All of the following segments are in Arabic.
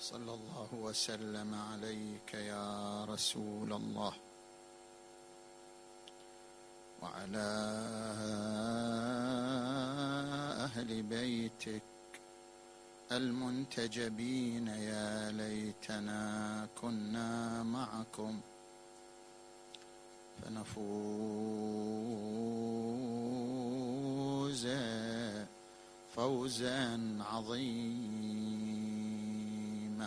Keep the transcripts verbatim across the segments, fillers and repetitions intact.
صلى الله وسلم عليك يا رسول الله وعلى أهل بيتك المنتجبين. يا ليتنا كنا معكم فنفوز فوزا عظيما.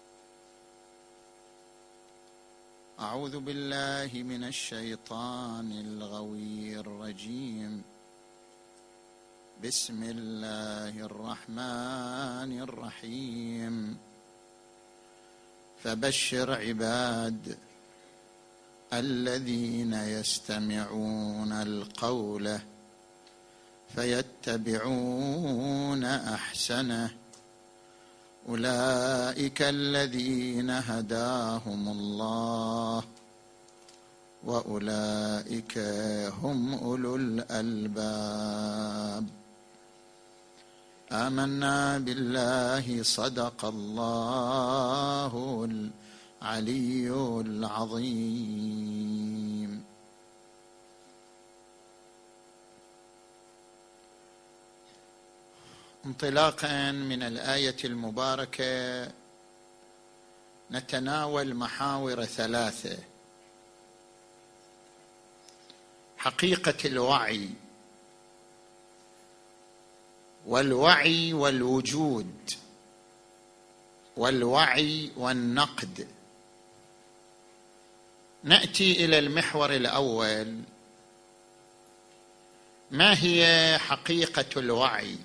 أعوذ بالله من الشيطان الغوي الرجيم. بسم الله الرحمن الرحيم. فبشر عباد الذين يستمعون القول فيتبعون أحسنه أولئك الذين هداهم الله وأولئك هم أولو الألباب. آمنا بالله صدق الله العلي العظيم. انطلاقا من الآية المباركة نتناول محاور ثلاثة: حقيقة الوعي، والوعي والوجود، والوعي والنقد. نأتي إلى المحور الأول: ما هي حقيقة الوعي؟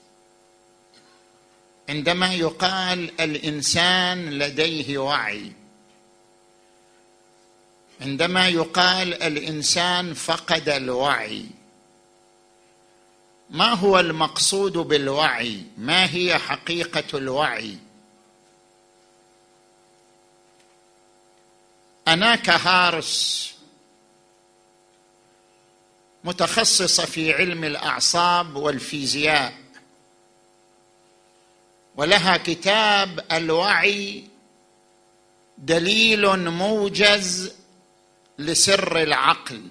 عندما يقال الإنسان لديه وعي، عندما يقال الإنسان فقد الوعي، ما هو المقصود بالوعي؟ ما هي حقيقة الوعي؟ أنا كهارس متخصصة في علم الأعصاب والفيزياء، ولها كتاب الوعي دليل موجز لسر العقل.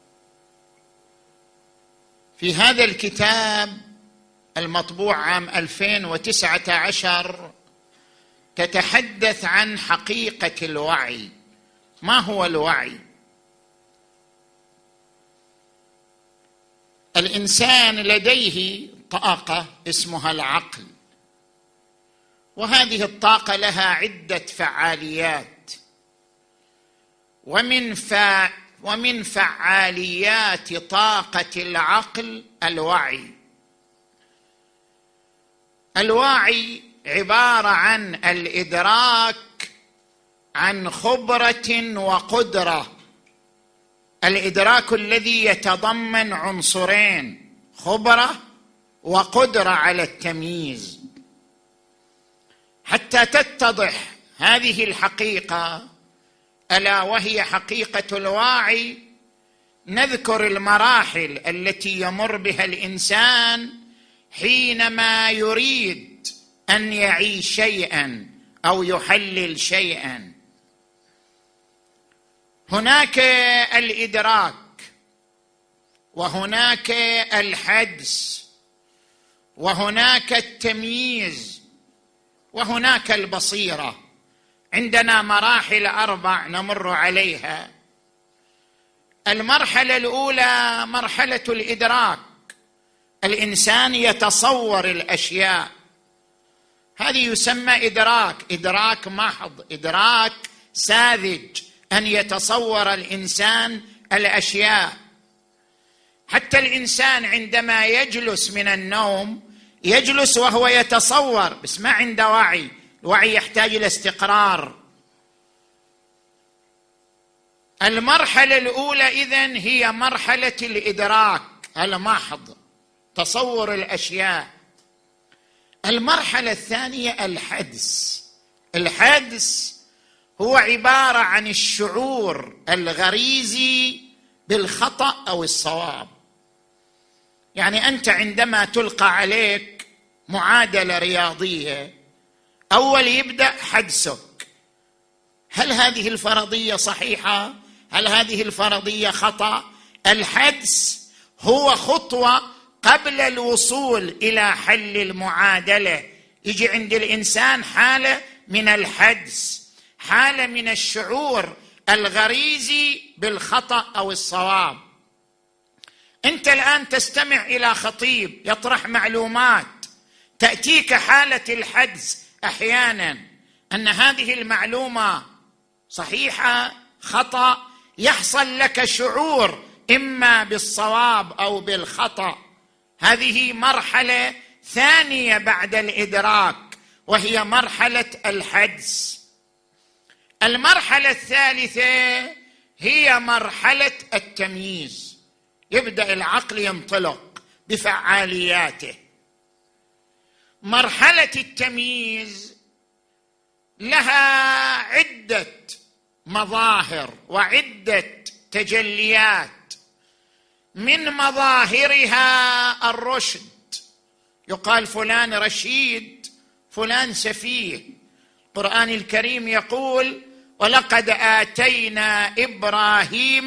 في هذا الكتاب المطبوع عام ألفين وتسعة عشر تتحدث عن حقيقة الوعي. ما هو الوعي؟ الإنسان لديه طاقة اسمها العقل، وهذه الطاقة لها عدة فعاليات، ومن فا ومن فعاليات طاقة العقل الوعي. الوعي عبارة عن الإدراك عن خبرة وقدرة، الإدراك الذي يتضمن عنصرين: خبرة وقدرة على التمييز. حتى تتضح هذه الحقيقة ألا وهي حقيقة الوعي، نذكر المراحل التي يمر بها الإنسان حينما يريد أن يعيش شيئا أو يحلل شيئا. هناك الإدراك، وهناك الحدس، وهناك التمييز، وهناك البصيرة. عندنا مراحل أربع نمر عليها. المرحلة الأولى مرحلة الإدراك، الإنسان يتصور الأشياء، هذه يسمى إدراك، إدراك محض، إدراك ساذج، أن يتصور الإنسان الأشياء. حتى الإنسان عندما يجلس من النوم يجلس وهو يتصور، بس ما عنده وعي. الوعي يحتاج إلى استقرار. المرحلة الأولى إذن هي مرحلة الإدراك المحض، تصور الأشياء. المرحلة الثانية الحدس. الحدس هو عبارة عن الشعور الغريزي بالخطأ أو الصواب. يعني أنت عندما تلقى عليك معادلة رياضية أول يبدأ حدسك. هل هذه الفرضية صحيحة؟ هل هذه الفرضية خطأ؟ الحدس هو خطوة قبل الوصول إلى حل المعادلة. يجي عند الإنسان حالة من الحدس، حالة من الشعور الغريزي بالخطأ أو الصواب. أنت الآن تستمع إلى خطيب يطرح معلومات، تأتيك حالة الحدس أحيانا أن هذه المعلومة صحيحة خطأ، يحصل لك شعور إما بالصواب أو بالخطأ. هذه مرحلة ثانية بعد الإدراك، وهي مرحلة الحدس. المرحلة الثالثة هي مرحلة التمييز. يبدأ العقل ينطلق بفعالياته. مرحلة التمييز لها عدة مظاهر وعدة تجليات. من مظاهرها الرشد، يقال فلان رشيد، فلان سفيه. القرآن الكريم يقول: ولقد آتينا إبراهيم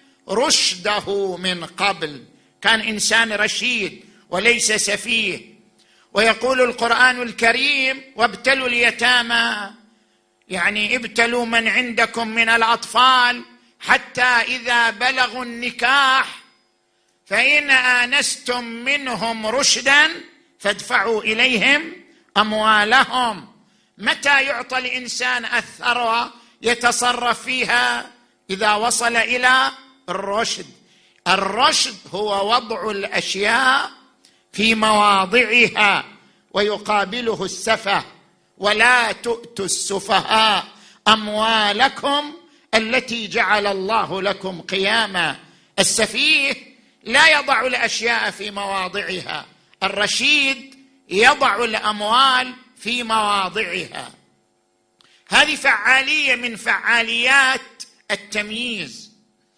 رشده من قبل. كان إنسان رشيد وليس سفيه. ويقول القرآن الكريم: وابتلوا اليتامى، يعني ابتلوا من عندكم من الأطفال حتى إذا بلغوا النكاح فإن آنستم منهم رشدا فادفعوا إليهم أموالهم. متى يعطى الإنسان الثروة يتصرف فيها؟ إذا وصل إلى الرشد. الرشد هو وضع الأشياء في مواضعها، ويقابله السفه: ولا تؤتوا السفهاء أموالكم التي جعل الله لكم قياما. السفيه لا يضع الأشياء في مواضعها، الرشيد يضع الأموال في مواضعها. هذه فعالية من فعاليات التمييز.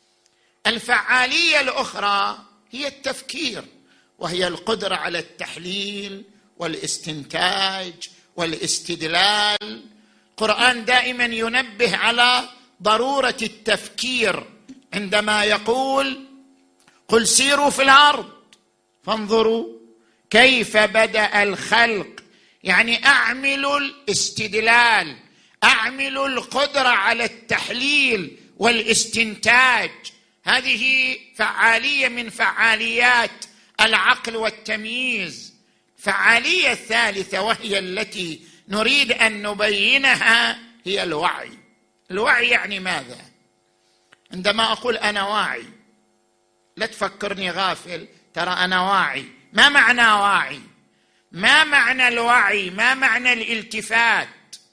الفعالية الأخرى هي التفكير، وهي القدرة على التحليل والاستنتاج والاستدلال. القرآن دائما ينبه على ضرورة التفكير عندما يقول: قل سيروا في الأرض فانظروا كيف بدأ الخلق. يعني أعمل الاستدلال، أعمل القدرة على التحليل والاستنتاج. هذه فعالية من فعاليات العقل والتمييز. فعالية الثالثة وهي التي نريد أن نبينها هي الوعي. الوعي يعني ماذا؟ عندما أقول أنا واعي، لا تفكرني غافل، ترى أنا واعي. ما معنى واعي؟ ما معنى الوعي؟ ما معنى الالتفات؟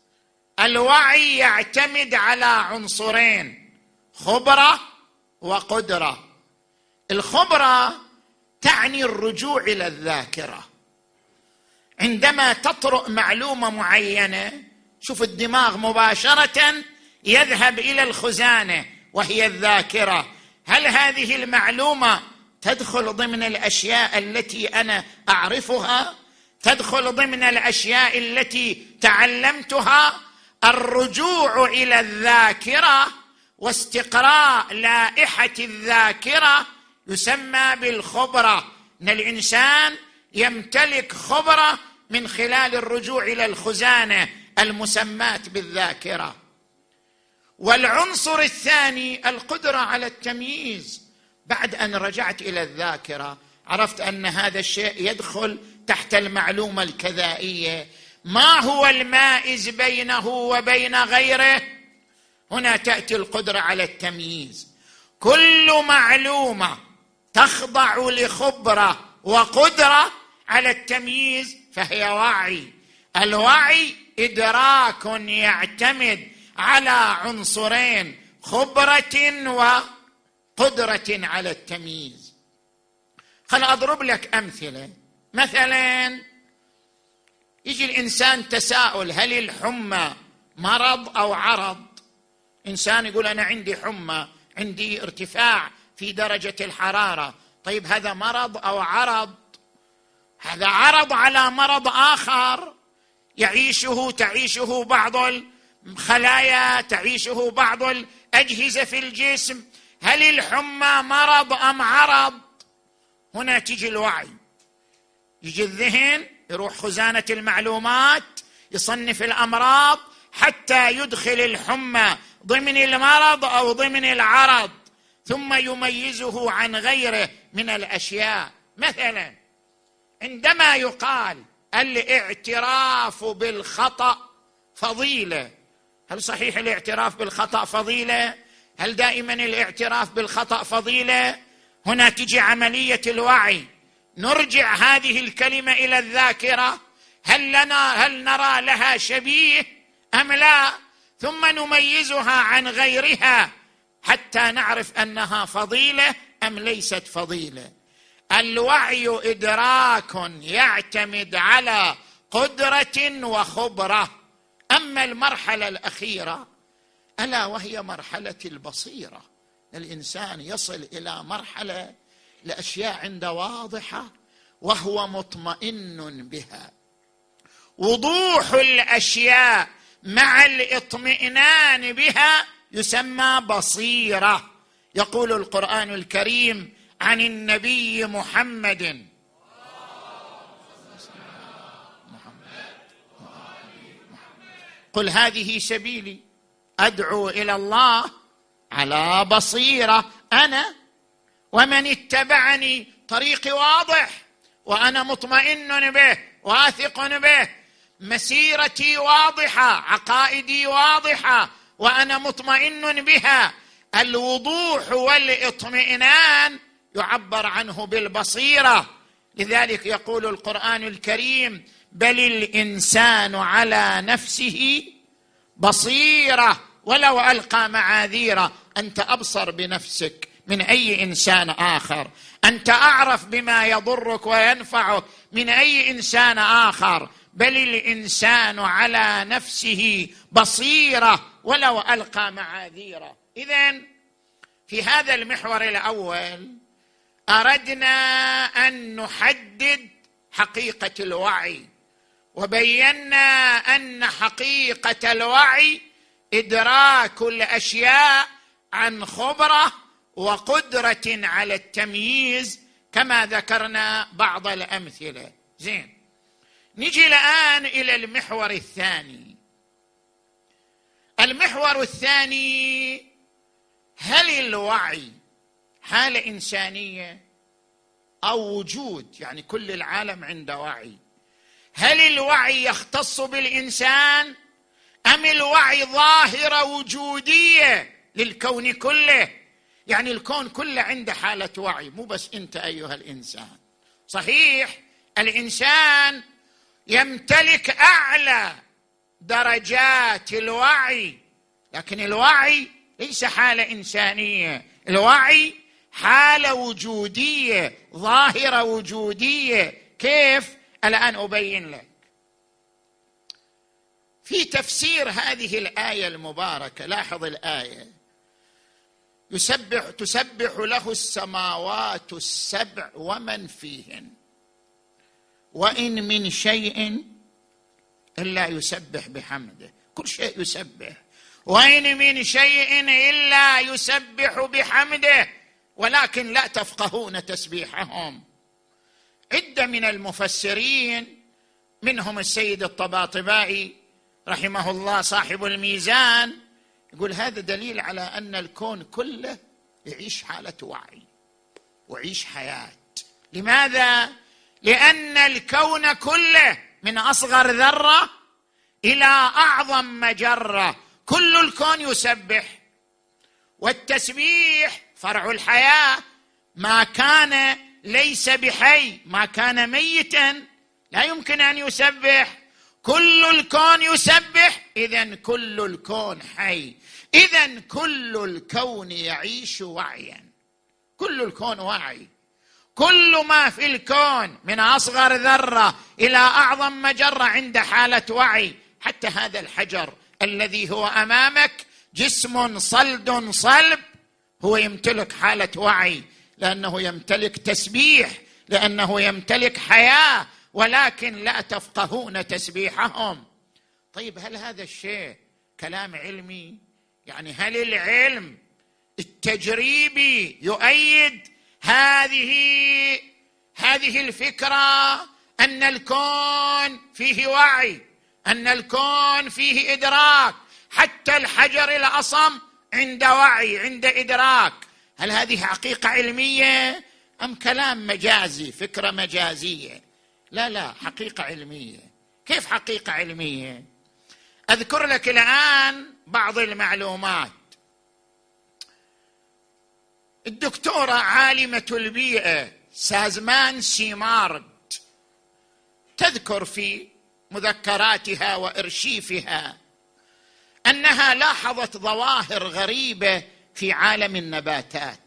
الوعي يعتمد على عنصرين: خبرة وقدرة. الخبرة تعني الرجوع إلى الذاكرة. عندما تطرق معلومة معينة، شوف الدماغ مباشرة يذهب إلى الخزانة وهي الذاكرة. هل هذه المعلومة تدخل ضمن الأشياء التي أنا أعرفها؟ تدخل ضمن الأشياء التي تعلمتها؟ الرجوع إلى الذاكرة واستقراء لائحة الذاكرة يسمى بالخبرة. أن الإنسان يمتلك خبرة من خلال الرجوع إلى الخزانة المسماة بالذاكرة. والعنصر الثاني القدرة على التمييز. بعد أن رجعت إلى الذاكرة عرفت أن هذا الشيء يدخل تحت المعلومة الكذائية. ما هو المائز بينه وبين غيره؟ هنا تأتي القدرة على التمييز. كل معلومة تخضع لخبرة وقدرة على التمييز فهي وعي. الوعي إدراك يعتمد على عنصرين: خبرة وقدرة على التمييز. خل أضرب لك أمثلة. مثلا يجي الإنسان تساؤل: هل الحمى مرض أو عرض؟ إنسان يقول أنا عندي حمى، عندي ارتفاع في درجة الحرارة. طيب هذا مرض أو عرض؟ هذا عرض على مرض آخر. يعيشه تعيشه بعض الخلايا، تعيشه بعض الأجهزة في الجسم. هل الحمى مرض أم عرض؟ هنا تيجي الوعي، يجي الذهن، يروح خزانة المعلومات، يصنف الأمراض حتى يدخل الحمى ضمن المرض أو ضمن العرض، ثم يميزه عن غيره من الأشياء. مثلا عندما يقال الاعتراف بالخطأ فضيلة، هل صحيح الاعتراف بالخطأ فضيلة؟ هل دائما الاعتراف بالخطأ فضيلة؟ هنا تجي عملية الوعي، نرجع هذه الكلمة إلى الذاكرة، هل لنا هل نرى لها شبيه أم لا، ثم نميزها عن غيرها حتى نعرف أنها فضيلة أم ليست فضيلة. الوعي إدراك يعتمد على قدرة وخبرة. أما المرحلة الأخيرة ألا وهي مرحلة البصيرة، الإنسان يصل إلى مرحلة الأشياء عنده واضحة وهو مطمئن بها. وضوح الأشياء مع الاطمئنان بها يسمى بصيرة. يقول القرآن الكريم عن النبي محمد: قل هذه سبيلي أدعو إلى الله على بصيرة أنا ومن اتبعني. طريقي واضح وأنا مطمئن به واثق به، مسيرتي واضحة، عقائدي واضحة وأنا مطمئن بها. الوضوح والاطمئنان يعبر عنه بالبصيرة. لذلك يقول القرآن الكريم: بل الإنسان على نفسه بصيرة ولو ألقى معاذيره. أنت أبصر بنفسك من أي إنسان آخر، أنت أعرف بما يضرك وينفعك من أي إنسان آخر. بل الإنسان على نفسه بصيرة ولو ألقى معاذيره. إذن في هذا المحور الأول أردنا أن نحدد حقيقة الوعي، وبينا أن حقيقة الوعي إدراك الأشياء عن خبرة وقدرة على التمييز، كما ذكرنا بعض الأمثلة. زين، نجي الآن إلى المحور الثاني. المحور الثاني: هل الوعي حالة إنسانية أو وجود؟ يعني كل العالم عنده وعي. هل الوعي يختص بالإنسان أم الوعي ظاهرة وجودية للكون كله؟ يعني الكون كله عنده حالة وعي، مو بس أنت أيها الإنسان. صحيح الإنسان يمتلك أعلى درجات الوعي، لكن الوعي ليس حالة إنسانية، الوعي حالة وجودية، ظاهرة وجودية. كيف؟ الآن أبين لك. في تفسير هذه الآية المباركة، لاحظ الآية: يسبح تسبح له السماوات السبع ومن فيهن وإن من شيء إلا يسبح بحمده. كل شيء يسبح، وإن من شيء إلا يسبح بحمده ولكن لا تفقهون تسبيحهم. عدة من المفسرين منهم السيد الطباطبائي رحمه الله صاحب الميزان يقول هذا دليل على أن الكون كله يعيش حالة وعي ويعيش حياة. لماذا؟ لأن الكون كله من أصغر ذرة إلى أعظم مجرة كل الكون يسبح، والتسبيح فرع الحياة. ما كان ليس بحي، ما كان ميتا لا يمكن أن يسبح. كل الكون يسبح، إذن كل الكون حي، إذن كل الكون يعيش وعيا. كل الكون وعي، كل ما في الكون من أصغر ذرة إلى أعظم مجرة عنده حالة وعي. حتى هذا الحجر الذي هو أمامك جسم صلد صلب هو يمتلك حالة وعي، لأنه يمتلك تسبيح، لأنه يمتلك حياة ولكن لا تفقهون تسبيحهم. طيب هل هذا الشيء كلام علمي؟ يعني هل العلم التجريبي يؤيد هذه هذه الفكرة أن الكون فيه وعي، أن الكون فيه إدراك، حتى الحجر الأصم عند وعي، عند إدراك؟ هل هذه حقيقة علمية أم كلام مجازي، فكرة مجازية؟ لا لا، حقيقة علمية. كيف حقيقة علمية؟ أذكر لك الآن بعض المعلومات. الدكتورة عالمة البيئة سازمان سيمارد تذكر في مذكراتها وإرشيفها أنها لاحظت ظواهر غريبة في عالم النباتات.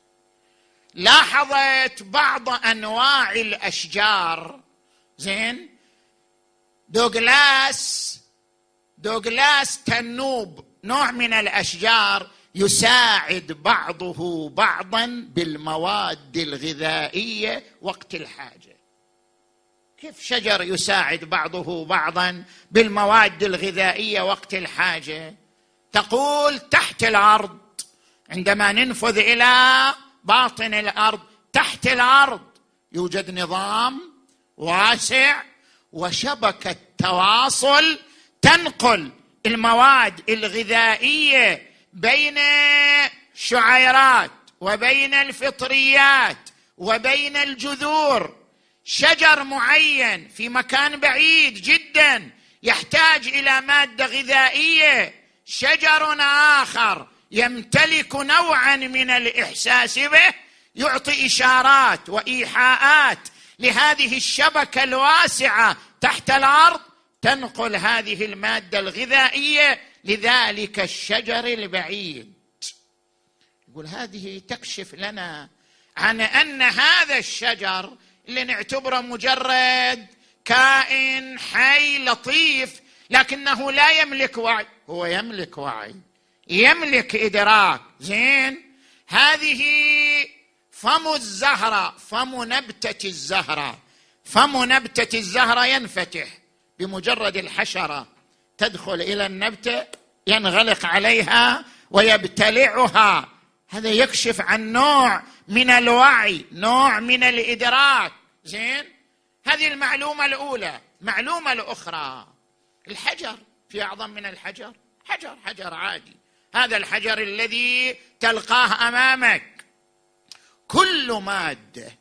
لاحظت بعض أنواع الأشجار، زين، دوغلاس دوغلاس تنوب، نوع من الأشجار يساعد بعضه بعضا بالمواد الغذائية وقت الحاجة. كيف شجر يساعد بعضه بعضا بالمواد الغذائية وقت الحاجة؟ تقول تحت الأرض، عندما ننفذ إلى باطن الأرض، تحت الأرض يوجد نظام واسع وشبكة تواصل تنقل المواد الغذائية بين الشعيرات وبين الفطريات وبين الجذور. شجر معين في مكان بعيد جدا يحتاج إلى مادة غذائية، شجر آخر يمتلك نوعا من الإحساس به يعطي إشارات وإيحاءات لهذه الشبكة الواسعة تحت الأرض تنقل هذه المادة الغذائية لذلك الشجر البعيد. يقول هذه تكشف لنا عن أن هذا الشجر اللي نعتبره مجرد كائن حي لطيف لكنه لا يملك وعي، هو يملك وعي، يملك إدراك. زين، هذه فم الزهرة، فم نبتة الزهرة، فم نبتة الزهرة ينفتح بمجرد الحشرة تدخل إلى النبتة، ينغلق عليها ويبتلعها. هذا يكشف عن نوع من الوعي، نوع من الإدراك. زين، هذه المعلومة الأولى. معلومة الأخرى، الحجر في أعظم من الحجر، حجر حجر عادي، هذا الحجر الذي تلقاه أمامك، كل مادة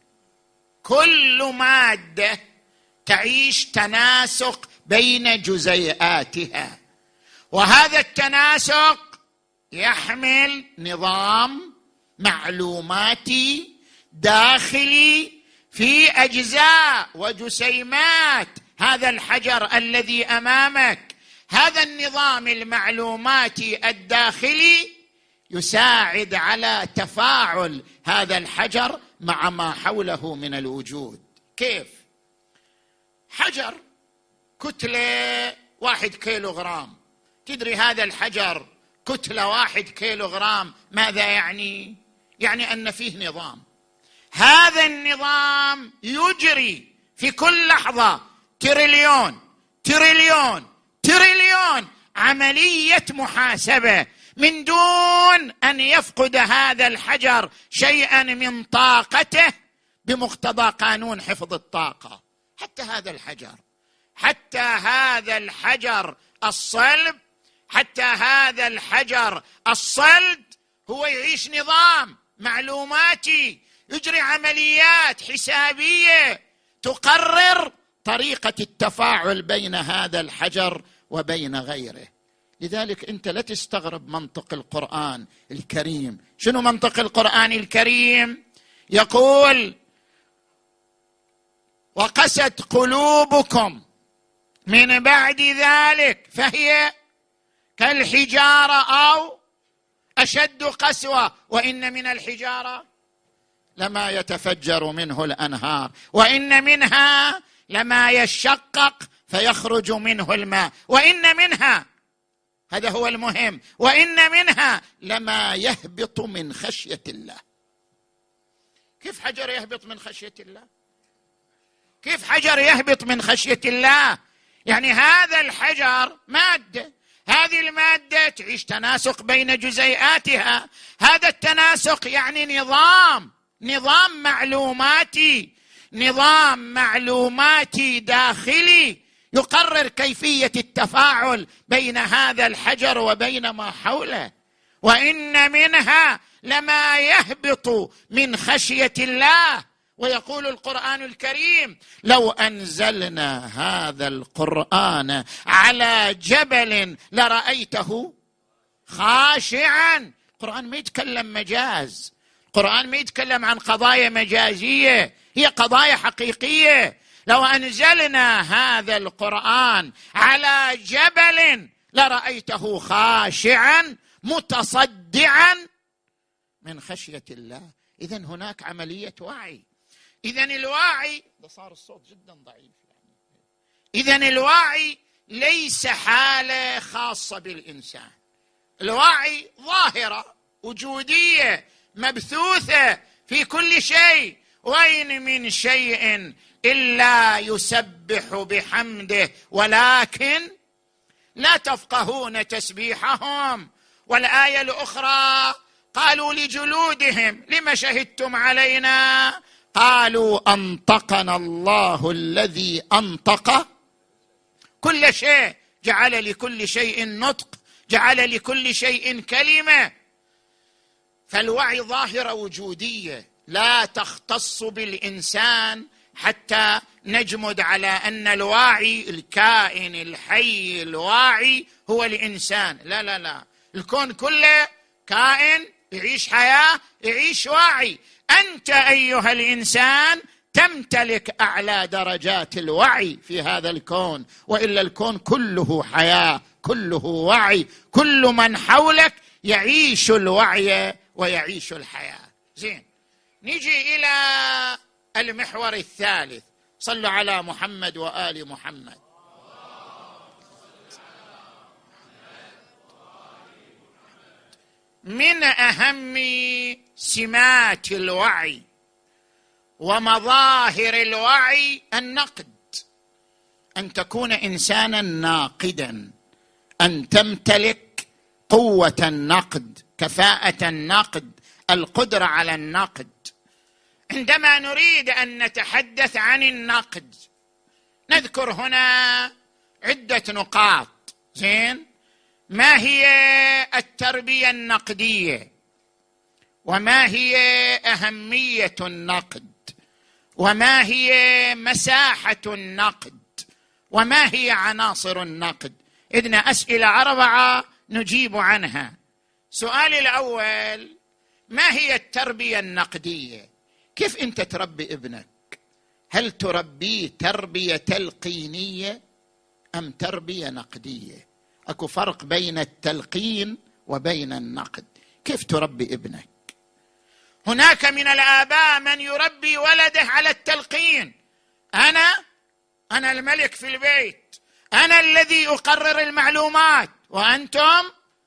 كل مادة تعيش تناسق بين جزيئاتها، وهذا التناسق يحمل نظام معلوماتي داخلي في أجزاء وجسيمات هذا الحجر الذي أمامك. هذا النظام المعلوماتي الداخلي يساعد على تفاعل هذا الحجر مع ما حوله من الوجود. كيف؟ حجر كتلة واحد كيلو غرام، تدري هذا الحجر كتلة واحد كيلو غرام ماذا يعني؟ يعني أن فيه نظام، هذا النظام يجري في كل لحظة تريليون تريليون تريليون عملية محاسبة من دون أن يفقد هذا الحجر شيئا من طاقته بمقتضى قانون حفظ الطاقة. حتى هذا الحجر حتى هذا الحجر الصلب حتى هذا الحجر الصلد هو يعيش نظام معلوماتي، يجري عمليات حسابية تقرر طريقة التفاعل بين هذا الحجر وبين غيره. لذلك أنت لا تستغرب منطق القرآن الكريم. شنو منطق القرآن الكريم؟ يقول وقست قلوبكم من بعد ذلك فهي كالحجارة أو أشد قسوة وإن من الحجارة لما يتفجر منه الأنهار وإن منها لما يشقق فيخرج منه الماء وإن منها، هذا هو المهم، وإن منها لما يهبط من خشية الله. كيف حجر يهبط من خشية الله؟ كيف حجر يهبط من خشية الله؟ يعني هذا الحجر مادة، هذه المادة تعيش تناسق بين جزيئاتها، هذا التناسق يعني نظام نظام معلوماتي نظام معلوماتي داخلي يقرر كيفية التفاعل بين هذا الحجر وبين ما حوله. وإن منها لما يهبط من خشية الله. ويقول القرآن الكريم: لو أنزلنا هذا القرآن على جبل لرأيته خاشعا. القرآن ما يتكلم مجاز، القرآن ما يتكلم عن قضايا مجازية، هي قضايا حقيقية. لو أنزلنا هذا القرآن على جبل لرأيته خاشعا متصدعا من خشية الله. إذن هناك عملية وعي. إذن الوعي ده صار الصوت جدا ضعيف يعني. إذن الوعي ليس حالة خاصة بالإنسان، الوعي ظاهرة وجودية مبثوثة في كل شيء. وإن من شيء إلا يسبح بحمده ولكن لا تفقهون تسبيحهم. والآية الأخرى: قالوا لجلودهم لم شهدتم علينا؟ قالوا أنطقنا الله الذي أنطق كل شيء. جعل لكل شيء نطق، جعل لكل شيء كلمة. فالوعي ظاهرة وجودية لا تختص بالإنسان حتى نجمد على أن الواعي الكائن الحي الواعي هو الإنسان. لا لا لا، الكون كله كائن يعيش حياة، يعيش واعي. أنت أيها الإنسان تمتلك أعلى درجات الوعي في هذا الكون، وإلا الكون كله حياة، كله وعي، كل من حولك يعيش الوعي ويعيش الحياة. زين، نيجي إلى المحور الثالث. صلوا على محمد وآل محمد. من أهم سمات الوعي ومظاهر الوعي النقد، أن تكون إنسانا ناقدا، أن تمتلك قوة النقد، كفاءة النقد، القدرة على النقد. عندما نريد أن نتحدث عن النقد نذكر هنا عدة نقاط. زين، ما هي التربية النقدية؟ وما هي أهمية النقد؟ وما هي مساحة النقد؟ وما هي عناصر النقد؟ إذن أسئلة أربعة نجيب عنها. سؤال الأول: ما هي التربية النقدية؟ كيف أنت تربي ابنك؟ هل تربيه تربية تلقينية أم تربية نقدية؟ أكو فرق بين التلقين وبين النقد. كيف تربي ابنك؟ هناك من الآباء من يربي ولده على التلقين. أنا أنا الملك في البيت، أنا الذي أقرر المعلومات وأنتم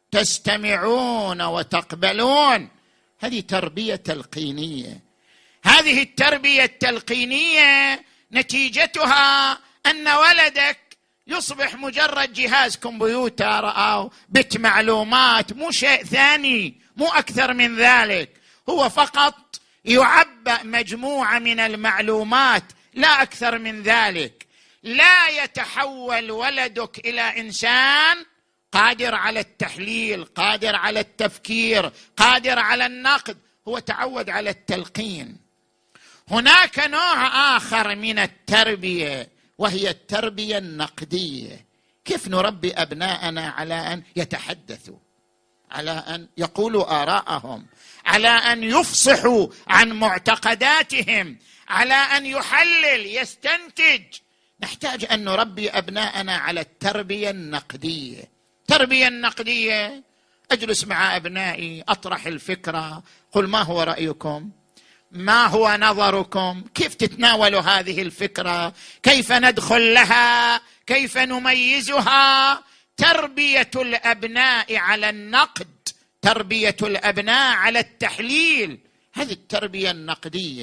تستمعون وتقبلون. هذه تربية تلقينية. هذه التربية التلقينية نتيجتها أن ولدك يصبح مجرد جهاز كمبيوتر أو بت معلومات، مو شيء ثاني، مو أكثر من ذلك. هو فقط يعبأ مجموعة من المعلومات، لا أكثر من ذلك. لا يتحول ولدك إلى إنسان قادر على التحليل، قادر على التفكير، قادر على النقد. هو تعود على التلقين. هناك نوع آخر من التربية وهي التربية النقدية. كيف نربي أبناءنا على أن يتحدثوا، على أن يقولوا آراءهم، على أن يفصحوا عن معتقداتهم، على أن يحلل يستنتج. نحتاج أن نربي أبناءنا على التربية النقدية. التربية النقدية: أجلس مع أبنائي، أطرح الفكرة، قل ما هو رأيكم، ما هو نظركم، كيف تتناولوا هذه الفكرة، كيف ندخل لها، كيف نميزها. تربية الأبناء على النقد، تربية الأبناء على التحليل، هذه التربية النقدية.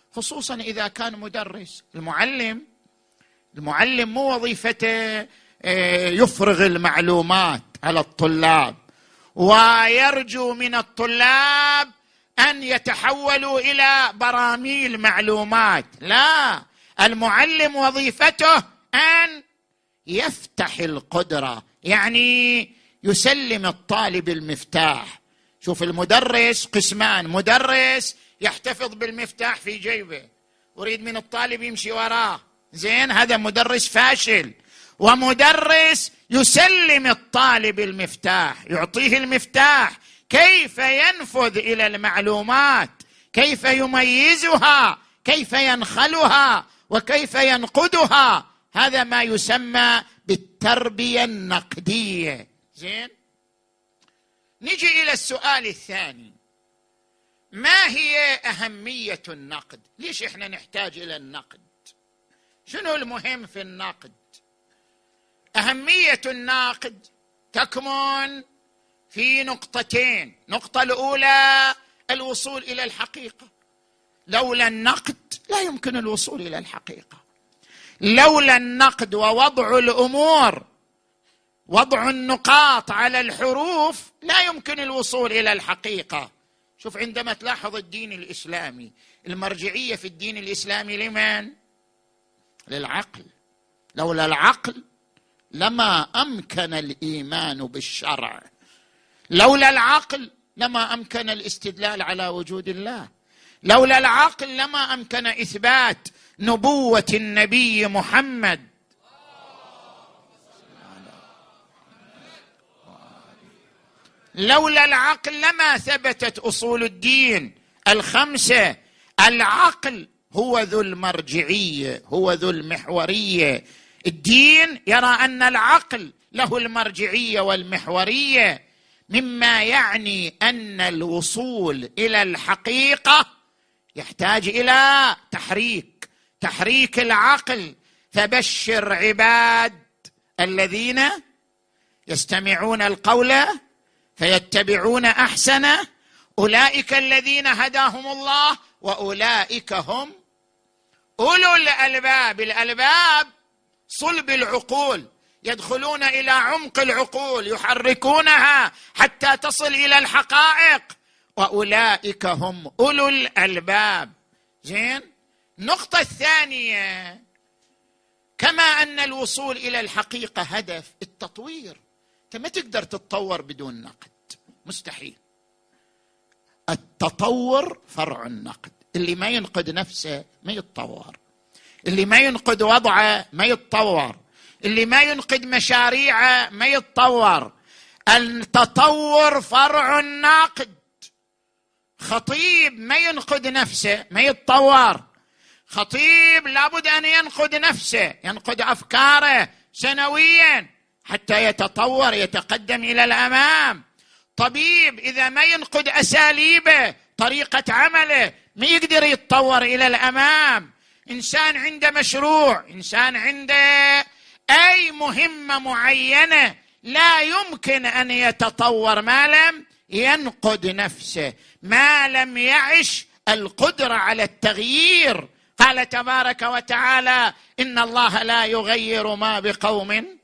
خصوصا إذا كان مدرس. المعلم المعلم مو وظيفته يفرغ المعلومات على الطلاب ويرجو من الطلاب أن يتحولوا إلى براميل معلومات، لا، المعلم وظيفته أن يفتح القدرة، يعني يسلم الطالب المفتاح. شوف، المدرس قسمان: مدرس يحتفظ بالمفتاح في جيبه ويريد من الطالب يمشي وراه، زين، هذا مدرس فاشل. ومدرس يسلم الطالب المفتاح، يعطيه المفتاح كيف ينفذ إلى المعلومات، كيف يميزها، كيف ينخلها، وكيف ينقدها. هذا ما يسمى بالتربية النقدية. زين، نجي إلى السؤال الثاني: ما هي أهمية النقد؟ ليش إحنا نحتاج إلى النقد؟ شنو المهم في النقد؟ أهمية النقد تكمن في نقطتين. النقطة الأولى الوصول إلى الحقيقة. لولا النقد لا يمكن الوصول إلى الحقيقة. لولا النقد ووضع الأمور، وضع النقاط على الحروف، لا يمكن الوصول إلى الحقيقة. شوف، عندما تلاحظ الدين الإسلامي، المرجعية في الدين الإسلامي لمن؟ للعقل. لولا العقل لما أمكن الإيمان بالشرع، لولا العقل لما أمكن الاستدلال على وجود الله، لولا العقل لما أمكن إثبات نبوة النبي محمد. لولا العقل لما ثبتت أصول الدين الخمسة. العقل هو ذو المرجعية، هو ذو المحورية. الدين يرى أن العقل له المرجعية والمحورية، مما يعني أن الوصول إلى الحقيقة يحتاج إلى تحريك، تحريك العقل. فبشر عباد الذين يستمعون القول فيتبعون أحسنه، أولئك الذين هداهم الله وأولئك هم أولو الألباب. الألباب صلب العقول، يدخلون إلى عمق العقول، يحركونها حتى تصل إلى الحقائق، وأولئك هم أولو الألباب. زين، النقطة الثانية: كما أن الوصول إلى الحقيقة هدف التطوير. أنت ما تقدر تتطور بدون نقد، مستحيل. التطور فرع النقد. اللي ما ينقد نفسه ما يتطور، اللي ما ينقد وضعه ما يتطور، اللي ما ينقد مشاريعه ما يتطور. التطور فرع النقد. خطيب ما ينقد نفسه ما يتطور. خطيب لابد أن ينقد نفسه، ينقد أفكاره سنويا حتى يتطور، يتقدم إلى الأمام. طبيب إذا ما ينقد أساليبه، طريقة عمله، ما يقدر يتطور إلى الأمام. إنسان عنده مشروع، إنسان عنده أي مهمة معينة، لا يمكن أن يتطور ما لم ينقد نفسه، ما لم يعش القدرة على التغيير. قال تبارك وتعالى: إن الله لا يغير ما بقوم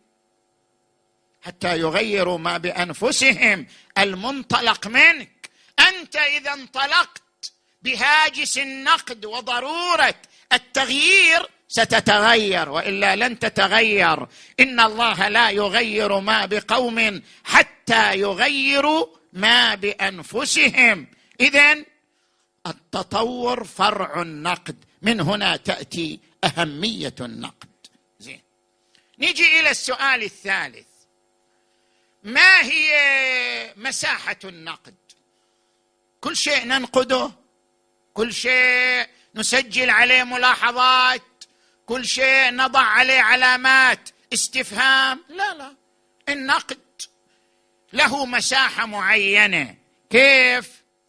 حتى يغيروا ما بأنفسهم. المنطلق منك أنت. إذا انطلقت بهاجس النقد وضرورة التغيير ستتغير، وإلا لن تتغير. إن الله لا يغير ما بقوم حتى يغيروا ما بأنفسهم. إذن التطور فرع النقد، من هنا تأتي أهمية النقد. زين، نيجي إلى السؤال الثالث: ما هي مساحة النقد؟ كل شيء ننقده، كل شيء نسجل عليه ملاحظات، كل شيء نضع عليه علامات استفهام؟ لا لا، النقد له مساحة معينة. كيف؟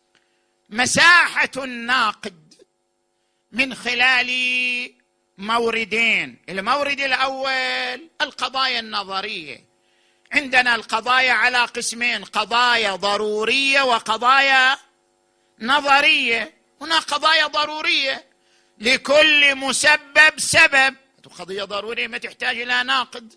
مساحة الناقد من خلال موردين. المورد الأول القضايا النظرية. عندنا القضايا على قسمين: قضايا ضرورية وقضايا نظرية. هنا قضايا ضرورية لكل مسبب سبب، قضية ضرورية ما تحتاج إلى ناقد.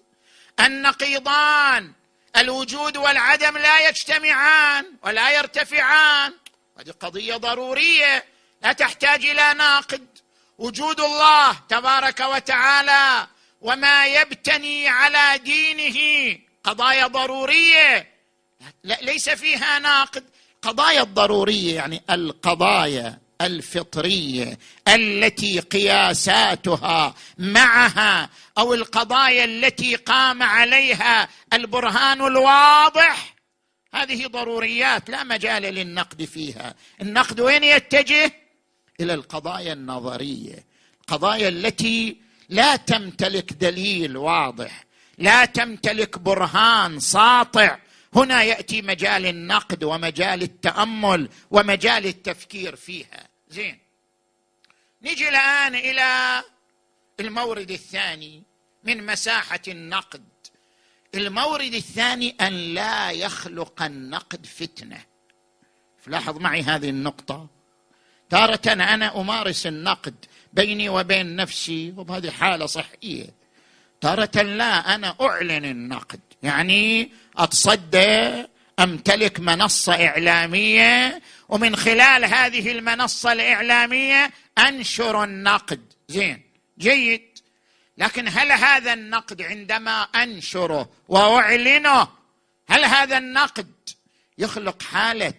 النقيضان الوجود والعدم لا يجتمعان ولا يرتفعان، هذه قضية ضرورية لا تحتاج إلى ناقد. وجود الله تبارك وتعالى وما يبتني على دينه قضايا ضرورية لا ليس فيها ناقد. قضايا الضرورية يعني القضايا الفطرية التي قياساتها معها أو القضايا التي قام عليها البرهان الواضح، هذه ضروريات لا مجال للنقد فيها. النقد وين يتجه؟ إلى القضايا النظرية، القضايا التي لا تمتلك دليل واضح، لا تمتلك برهان ساطع، هنا يأتي مجال النقد ومجال التأمل ومجال التفكير فيها. زين، نجي الآن إلى المورد الثاني من مساحة النقد. المورد الثاني أن لا يخلق النقد فتنة. لاحظ معي هذه النقطة. تارة أنا أمارس النقد بيني وبين نفسي وبهذه حالة صحية، تارة لا، أنا أعلن النقد، يعني أتصدى أمتلك منصة إعلامية ومن خلال هذه المنصة الإعلامية أنشر النقد. زين، جيد، لكن هل هذا النقد عندما أنشره وأعلنه هل هذا النقد يخلق حالة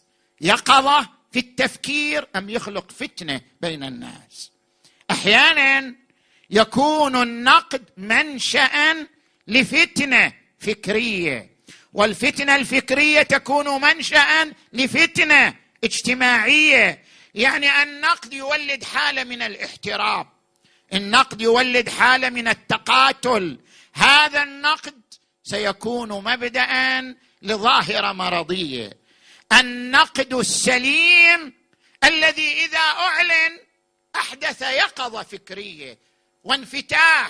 يقظة في التفكير أم يخلق فتنة بين الناس؟ أحيانا يكون النقد منشأ لفتنة فكرية، والفتنة الفكرية تكون منشأ لفتنة اجتماعية. يعني النقد يولد حالة من الاحتراب، النقد يولد حالة من التقاتل. هذا النقد سيكون مبدأ لظاهرة مرضية. النقد السليم الذي إذا أعلن أحدث يقظة فكرية وانفتاح،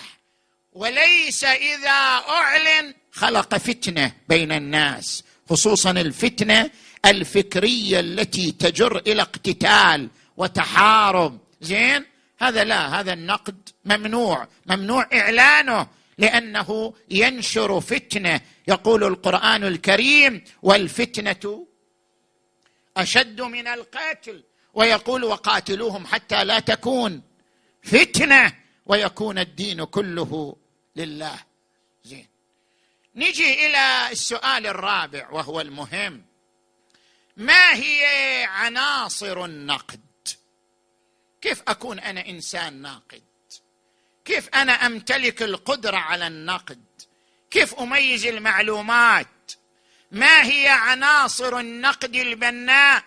وليس إذا أعلن خلق فتنة بين الناس، خصوصا الفتنة الفكرية التي تجر إلى اقتتال وتحارب. زين، هذا لا، هذا النقد ممنوع، ممنوع إعلانه لأنه ينشر فتنة. يقول القرآن الكريم: والفتنة أشد من القتل، ويقول: وقاتلوهم حتى لا تكون فتنة ويكون الدين كله لله. زين، نجي إلى السؤال الرابع وهو المهم: ما هي عناصر النقد؟ كيف أكون أنا إنسان ناقد؟ كيف أنا أمتلك القدرة على النقد؟ كيف أميز المعلومات؟ ما هي عناصر النقد البناء؟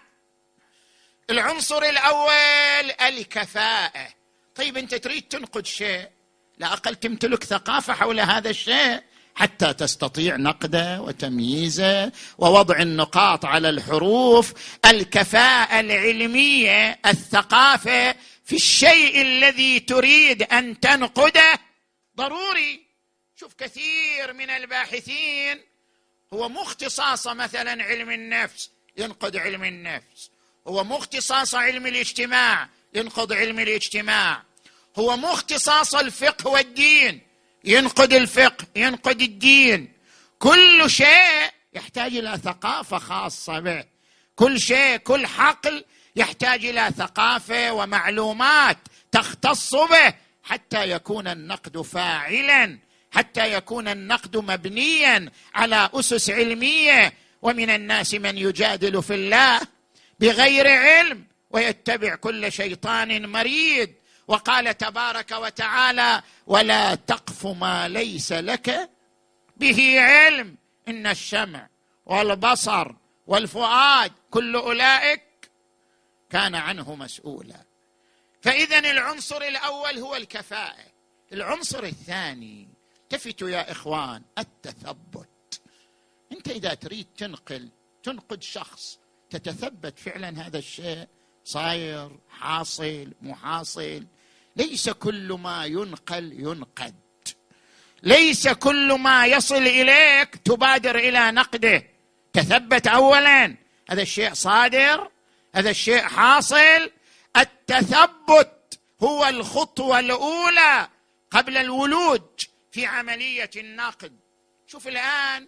العنصر الأول الكفاءة. طيب أنت تريد تنقد شيء، لا أقل تمتلك ثقافة حول هذا الشيء حتى تستطيع نقده وتمييزه ووضع النقاط على الحروف. الكفاءة العلمية، الثقافة في الشيء الذي تريد أن تنقده ضروري. شوف كثير من الباحثين هو مختصاص مثلا علم النفس ينقد علم النفس، هو مختصاص علم الاجتماع ينقد علم الاجتماع، هو مختصاص الفقه والدين ينقد الفقه ينقد الدين. كل شيء يحتاج إلى ثقافة خاصة به، كل شيء كل حقل يحتاج إلى ثقافة ومعلومات تختص به حتى يكون النقد فاعلا، حتى يكون النقد مبنيا على أسس علمية. ومن الناس من يجادل في الله بغير علم ويتبع كل شيطان مريد. وقال تبارك وتعالى: ولا تقف ما ليس لك به علم إن السمع والبصر والفؤاد كل أولئك كان عنه مسؤولا. فإذن العنصر الأول هو الكفاءة. العنصر الثاني، التفتوا يا إخوان، التثبت. أنت إذا تريد تنقل تنقد شخص تتثبت فعلا هذا الشيء صاير حاصل محاصل. ليس كل ما ينقل ينقد، ليس كل ما يصل إليك تبادر إلى نقده. تثبت أولا، هذا الشيء صادر، هذا الشيء حاصل. التثبت هو الخطوة الأولى قبل الولوج في عملية النقد. شوف الآن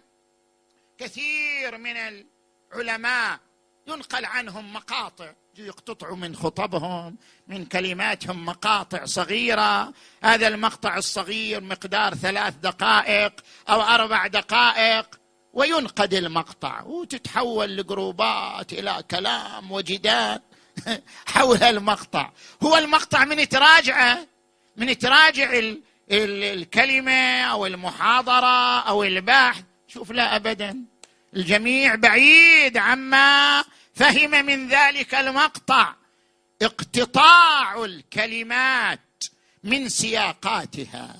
كثير من العلماء ينقل عنهم مقاطع، يقتطعوا من خطبهم من كلماتهم مقاطع صغيرة، هذا المقطع الصغير مقدار ثلاث دقائق أو أربع دقائق، وينقد المقطع وتتحول لجروبات إلى كلام وجدال حول المقطع. هو المقطع من تراجعه من تراجع ال ال الكلمة أو المحاضرة أو البحث. شوف لا أبدا، الجميع بعيد عما فهم من ذلك المقطع. اقتطاع الكلمات من سياقاتها،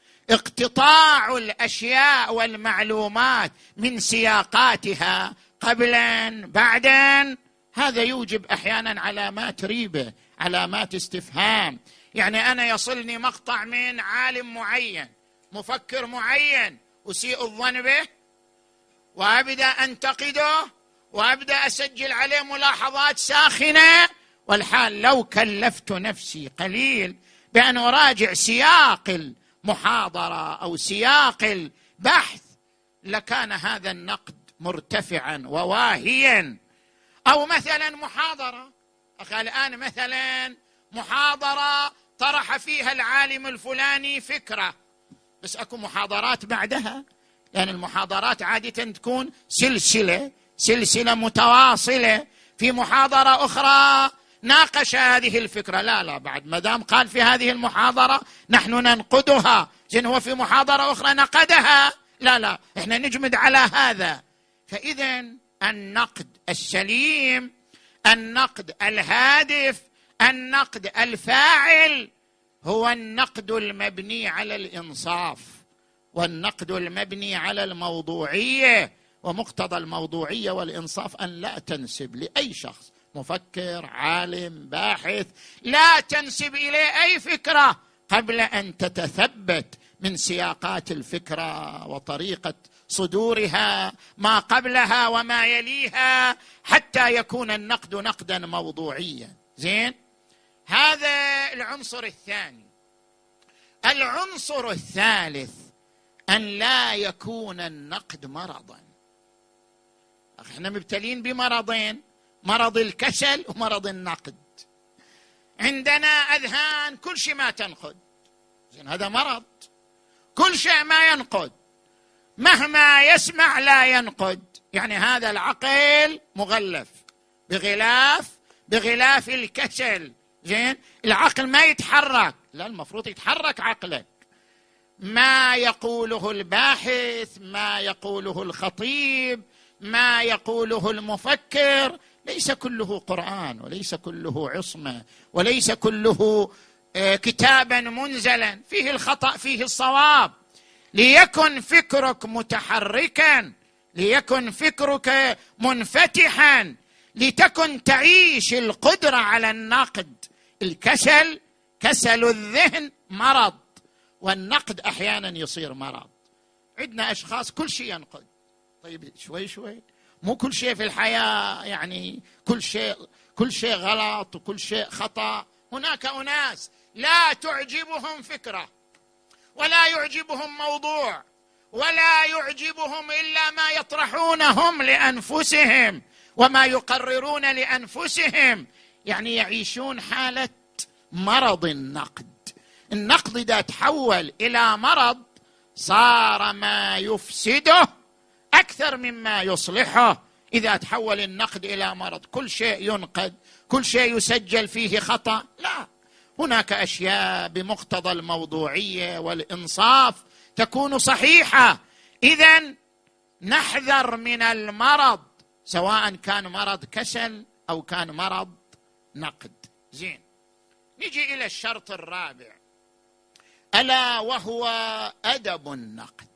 اقتطاع الأشياء والمعلومات من سياقاتها قبلا بعدا، هذا يوجب أحيانا علامات ريبة، علامات استفهام. يعني أنا يصلني مقطع من عالم معين، مفكر معين، أسيء الظن به وأبدأ أنتقده وأبدأ أسجل عليه ملاحظات ساخنة، والحال لو كلفت نفسي قليل بأن أراجع سياق المحاضرة أو سياق البحث لكان هذا النقد مرتفعا وواهيا. أو مثلا محاضرة، أخي الآن مثلا محاضرة طرح فيها العالم الفلاني فكرة، بس أكو محاضرات بعدها، يعني المحاضرات عادة تكون سلسلة سلسلة متواصلة، في محاضرة أخرى ناقش هذه الفكرة، لا لا بعد ما دام قال في هذه المحاضرة نحن ننقدها، زين هو في محاضرة أخرى نقدها، لا لا إحنا نجمد على هذا. فإذا النقد السليم، النقد الهادف، النقد الفاعل هو النقد المبني على الإنصاف والنقد المبني على الموضوعية. ومقتضى الموضوعية والإنصاف أن لا تنسب لأي شخص مفكر عالم باحث، لا تنسب إليه أي فكرة قبل أن تتثبت من سياقات الفكرة وطريقة صدورها ما قبلها وما يليها، حتى يكون النقد نقدا موضوعيا. زين، هذا العنصر الثاني. العنصر الثالث أن لا يكون النقد مرضا. احنا مبتلين بمرضين، مرض الكسل ومرض النقد. عندنا أذهان كل شيء ما تنقد، زين هذا مرض، كل شيء ما ينقد، مهما يسمع لا ينقد، يعني هذا العقل مغلف بغلاف بغلاف الكسل. زين، العقل ما يتحرك، لا المفروض يتحرك عقلك. ما يقوله الباحث، ما يقوله الخطيب، ما يقوله المفكر ليس كله قرآن وليس كله عصمة وليس كله كتابا منزلا، فيه الخطأ فيه الصواب. ليكن فكرك متحركا، ليكن فكرك منفتحا، لتكن تعيش القدرة على النقد. الكسل، كسل الذهن مرض، والنقد أحيانا يصير مرض. عندنا أشخاص كل شيء ينقد. طيب شوي شوي، مو كل شيء في الحياة يعني كل شيء كل شيء غلط وكل شيء خطأ. هناك أناس لا تعجبهم فكرة ولا يعجبهم موضوع ولا يعجبهم إلا ما يطرحونهم لأنفسهم وما يقررون لأنفسهم، يعني يعيشون حالة مرض النقد. النقد إذا تحول إلى مرض صار ما يفسده أكثر مما يصلحه. إذا تحول النقد إلى مرض، كل شيء ينقد، كل شيء يسجل فيه خطأ، لا، هناك أشياء بمقتضى الموضوعية والإنصاف تكون صحيحة. إذن نحذر من المرض، سواء كان مرض كسل أو كان مرض نقد. زين، نجي إلى الشرط الرابع، ألا وهو أدب النقد.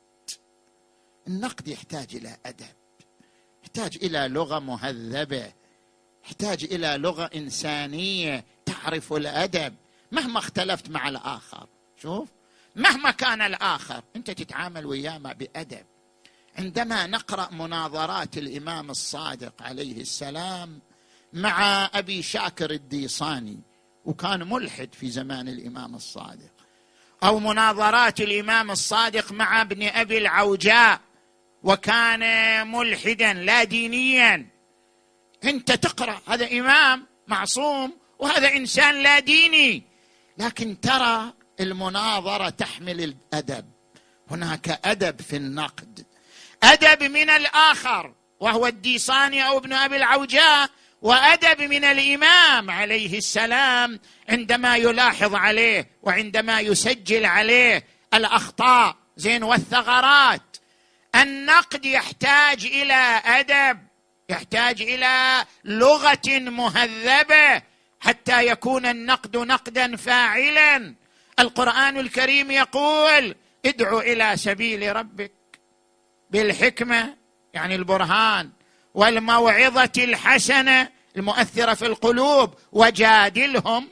النقد يحتاج إلى أدب، يحتاج إلى لغة مهذبة، يحتاج إلى لغة إنسانية تعرف الأدب مهما اختلفت مع الآخر. شوف، مهما كان الآخر أنت تتعامل وياه بأدب. عندما نقرأ مناظرات الإمام الصادق عليه السلام مع أبي شاكر الديصاني وكان ملحد في زمان الإمام الصادق، أو مناظرات الإمام الصادق مع ابن أبي العوجاء وكان ملحدا لا دينيا. أنت تقرأ هذا إمام معصوم وهذا إنسان لا ديني، لكن ترى المناظرة تحمل الأدب، هناك أدب في النقد، أدب من الآخر وهو الديصاني أو ابن أبي العوجاء، وأدب من الإمام عليه السلام عندما يلاحظ عليه وعندما يسجل عليه الأخطاء زين والثغرات. النقد يحتاج إلى أدب، يحتاج إلى لغة مهذبة حتى يكون النقد نقدا فاعلا. القرآن الكريم يقول: ادع إلى سبيل ربك بالحكمة يعني البرهان والموعظة الحسنة المؤثرة في القلوب وجادلهم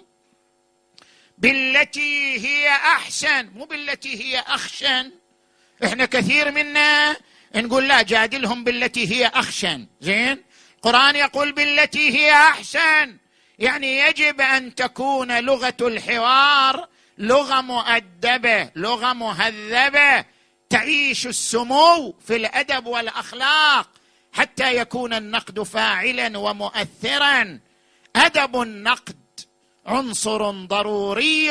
بالتي هي أحسن، مو بالتي هي أخشن. إحنا كثير منا نقول لا، جادلهم بالتي هي أخشن. زين، القرآن يقول بالتي هي أحسن، يعني يجب أن تكون لغة الحوار لغة مؤدبة، لغة مهذبة، تعيش السمو في الأدب والأخلاق حتى يكون النقد فاعلا ومؤثرا. أدب النقد عنصر ضروري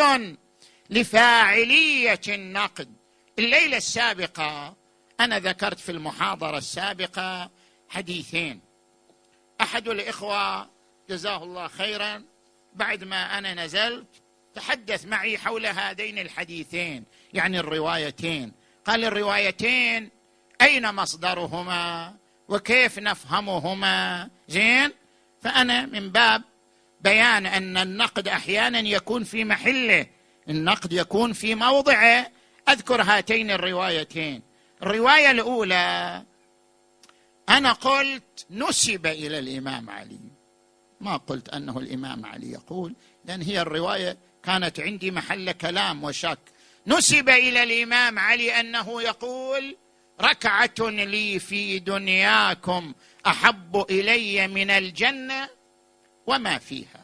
لفاعلية النقد. الليلة السابقة أنا ذكرت في المحاضرة السابقة حديثين. أحد الإخوة جزاه الله خيرا بعد ما أنا نزلت تحدث معي حول هذين الحديثين، يعني الروايتين. قال: الروايتين أين مصدرهما وكيف نفهمهما؟ زين، فأنا من باب بيان أن النقد أحيانا يكون في محله، النقد يكون في موضعه، أذكر هاتين الروايتين. الرواية الأولى أنا قلت نسب إلى الإمام علي، ما قلت أنه الإمام علي يقول، لأن هي الرواية كانت عندي محل كلام وشك. نسب إلى الإمام علي أنه يقول: ركعة لي في دنياكم أحب إلي من الجنة وما فيها.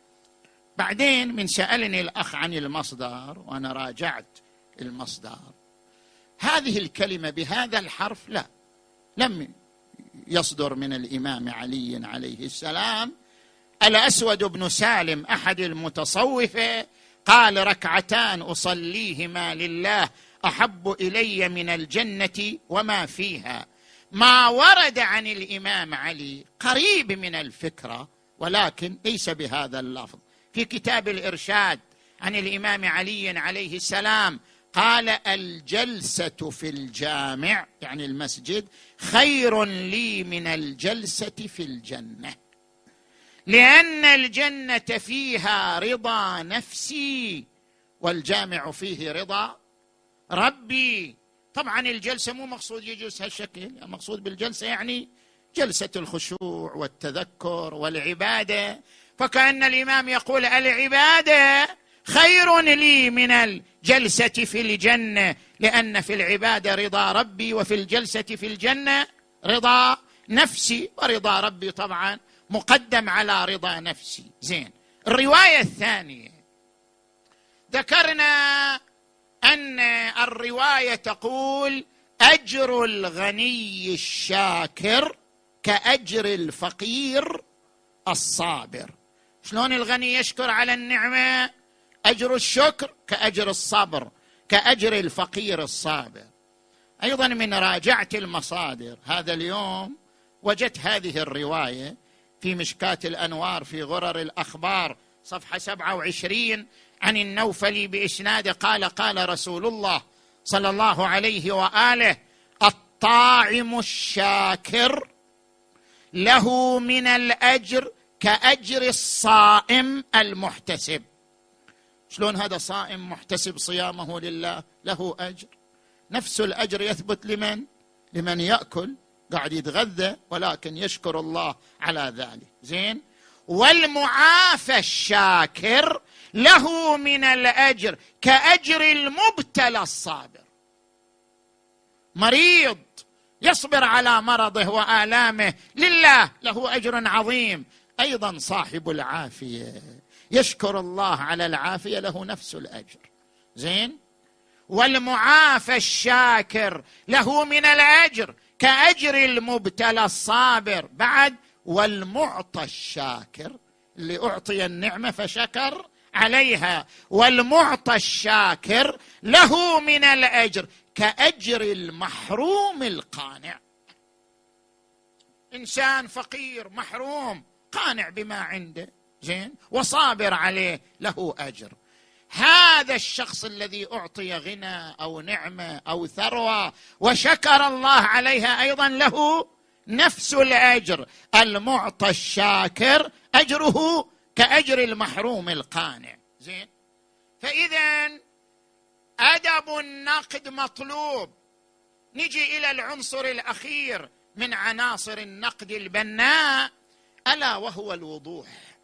بعدين من سألني الأخ عن المصدر وأنا راجعت المصدر، هذه الكلمة بهذا الحرف لا، لم يصدر من الإمام علي عليه السلام. الأسود بن سالم أحد المتصوفة قال: ركعتان أصليهما لله أحب إلي من الجنة وما فيها. ما ورد عن الإمام علي قريب من الفكرة ولكن ليس بهذا اللفظ. في كتاب الإرشاد عن الإمام علي عليه السلام قال: الجلسة في الجامع يعني المسجد خير لي من الجلسة في الجنة، لأن الجنة فيها رضا نفسي والجامع فيه رضا ربي. طبعا الجلسة مو مقصود يجلس هالشكل، المقصود بالجلسة يعني جلسة الخشوع والتذكر والعبادة. فكأن الإمام يقول: العبادة خير لي من الجلسة في الجنة، لأن في العبادة رضا ربي وفي الجلسة في الجنة رضا نفسي، ورضا ربي طبعا مقدم على رضا نفسي. زين، الرواية الثانية ذكرنا أن الرواية تقول: أجر الغني الشاكر كأجر الفقير الصابر. شلون الغني يشكر على النعمة؟ أجر الشكر كأجر الصبر كأجر الفقير الصابر. أيضا من راجعة المصادر هذا اليوم وجدت هذه الرواية في مشكاة الأنوار في غرر الأخبار صفحة سبعة وعشرين عن النوفلي بإسناد قال: قال رسول الله صلى الله عليه وآله: الطاعم الشاكر له من الأجر كأجر الصائم المحتسب. شلون هذا صائم محتسب صيامه لله له أجر؟ نفس الأجر يثبت لمن؟ لمن يأكل قاعد يتغذى ولكن يشكر الله على ذلك. زين، والمعافى الشاكر له من الأجر كأجر المبتلى الصابر. مريض يصبر على مرضه وآلامه لله له أجر عظيم. أيضا صاحب العافية يشكر الله على العافية له نفس الأجر. زين. والمعافى الشاكر له من الأجر كأجر المبتلى الصابر. بعد والمعطى الشاكر اللي أعطي النعمة فشكر عليها، والمعطى الشاكر له من الأجر كأجر المحروم القانع. إنسان فقير محروم قانع بما عنده، زين، وصابر عليه، له أجر. هذا الشخص الذي أعطي غنى أو نعمة أو ثروة وشكر الله عليها أيضا له نفس الأجر. المعطى الشاكر أجره كأجر المحروم القانع. زين. فإذا أدب النقد مطلوب. نجي إلى العنصر الأخير من عناصر النقد البناء، ألا وهو الوضوح.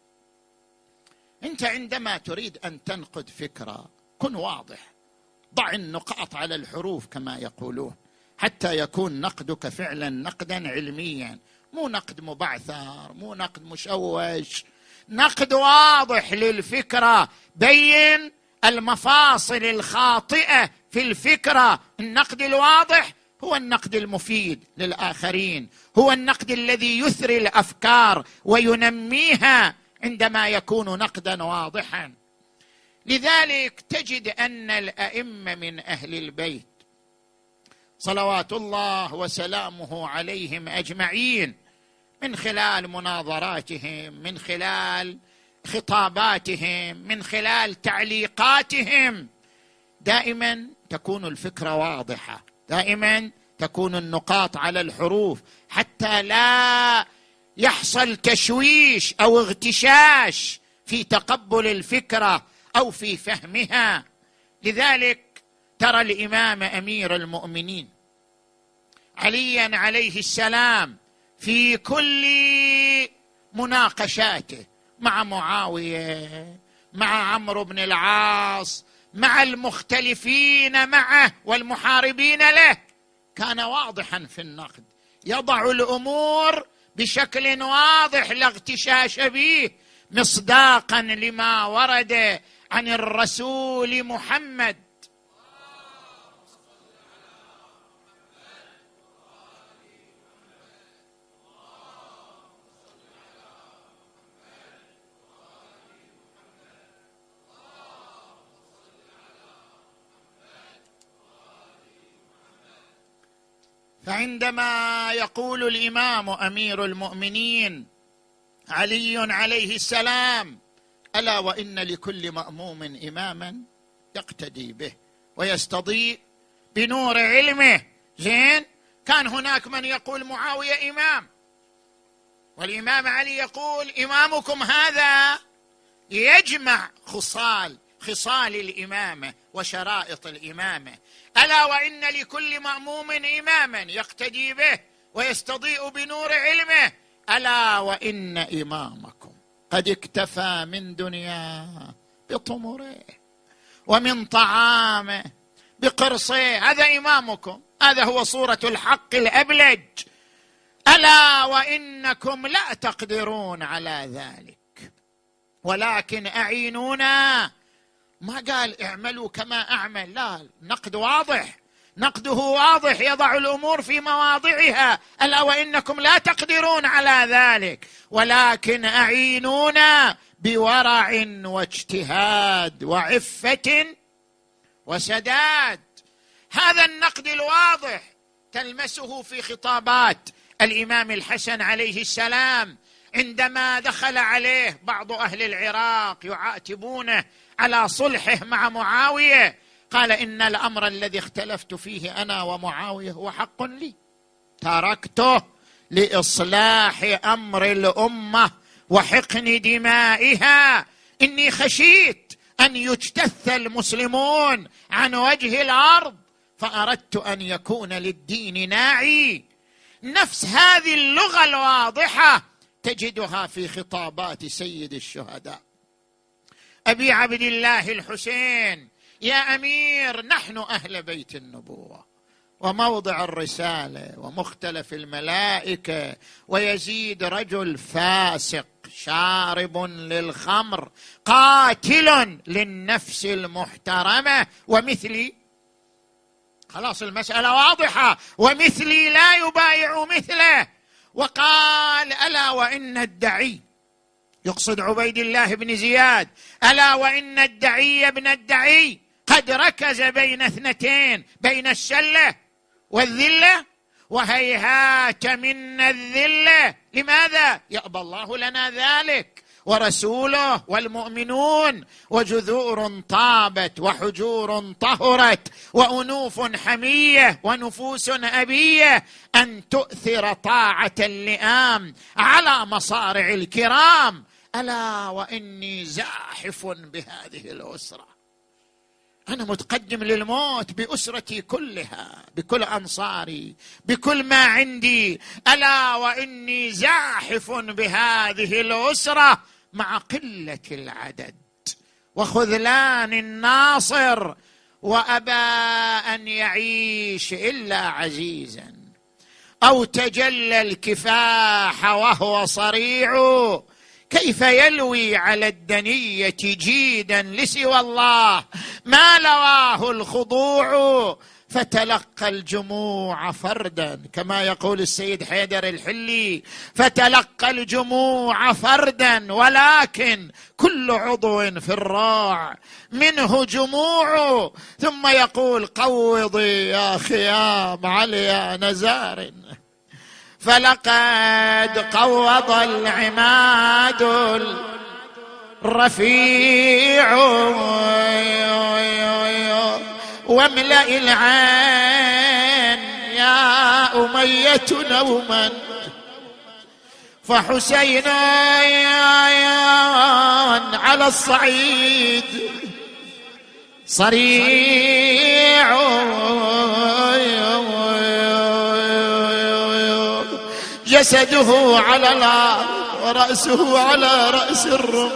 أنت عندما تريد أن تنقد فكرة كن واضح، ضع النقاط على الحروف كما يقولون، حتى يكون نقدك فعلا نقدا علميا، مو نقد مبعثر، مو نقد مشوش، نقد واضح للفكرة. بين المفاصل الخاطئة في الفكرة. النقد الواضح هو النقد المفيد للآخرين، هو النقد الذي يثري الأفكار وينميها عندما يكون نقدا واضحا. لذلك تجد أن الأئمة من أهل البيت صلوات الله وسلامه عليهم أجمعين، من خلال مناظراتهم، من خلال خطاباتهم، من خلال تعليقاتهم، دائما تكون الفكرة واضحة، دائما تكون النقاط على الحروف، حتى لا يحصل تشويش أو اغتشاش في تقبل الفكرة أو في فهمها. لذلك ترى الإمام أمير المؤمنين عليا عليه السلام في كل مناقشاته مع معاوية، مع عمرو بن العاص، مع المختلفين معه والمحاربين له، كان واضحا في النقد، يضع الأمور بشكل واضح لا اغتشاش به، مصداقا لما ورد عن الرسول محمد. فعندما يقول الإمام أمير المؤمنين علي عليه السلام: ألا وإن لكل مأموم إماما يقتدي به ويستضيء بنور علمه. زين. كان هناك من يقول معاوية إمام، والإمام علي يقول إمامكم هذا يجمع خصال خصال الإمامة وشرائط الإمامة. ألا وإن لكل مأموم إماما يقتدي به ويستضيء بنور علمه. ألا وإن إمامكم قد اكتفى من دنياه بطمره ومن طعامه بقرصه. هذا إمامكم، هذا هو صورة الحق الأبلج. ألا وإنكم لا تقدرون على ذلك، ولكن أعينونا. ما قال اعملوا كما أعمل، لا، نقد واضح، نقده واضح، يضع الأمور في مواضعها. ألا وإنكم لا تقدرون على ذلك، ولكن أعينونا بورع واجتهاد وعفة وسداد. هذا النقد الواضح تلمسه في خطابات الإمام الحسن عليه السلام عندما دخل عليه بعض أهل العراق يعاتبونه على صلحه مع معاوية، قال: إن الأمر الذي اختلفت فيه أنا ومعاوية هو حق لي، تركته لإصلاح أمر الأمة وحقن دمائها. إني خشيت أن يجتث المسلمون عن وجه الأرض، فأردت أن يكون للدين ناعي. نفس هذه اللغة الواضحة تجدها في خطابات سيد الشهداء أبي عبد الله الحسين: يا أمير، نحن أهل بيت النبوة، وموضع الرسالة ومختلف الملائكة، ويزيد رجل فاسق شارب للخمر قاتل للنفس المحترمة ومثلي. خلاص المسألة واضحة، ومثلي لا يبايع مثله. وقال: ألا وإن الدعي، يقصد عبيد الله بن زياد، ألا وإن الدعي ابن الدعي قد ركز بين اثنتين، بين الشلة والذلة، وهيهات منا الذلة. لماذا؟ يأبى الله لنا ذلك ورسوله والمؤمنون. وجذور طابت وحجور طهرت وأنوف حمية ونفوس أبية أن تؤثر طاعة اللئام على مصارع الكرام. ألا وإني زاحف بهذه الأسرة، أنا متقدم للموت بأسرتي كلها، بكل أنصاري، بكل ما عندي. ألا وإني زاحف بهذه الأسرة مع قلة العدد وخذلان الناصر، وأبى أن يعيش إلا عزيزا، أو تجلى الكفاح وهو صريع. كيف يلوي على الدنية جيدا لسوى الله ما لواه الخضوع. فتلقى الجموع فردا، كما يقول السيد حيدر الحلي: فتلقى الجموع فردا ولكن كل عضو في الراع منه جموع. ثم يقول: قوضي يا خيام علي نزار، فلقد قوض العماد الرفيع، واملأ العين يا أمية نوما، فحسين على الصعيد صريع، جسده على الأرض ورأسه على رأس الرمح،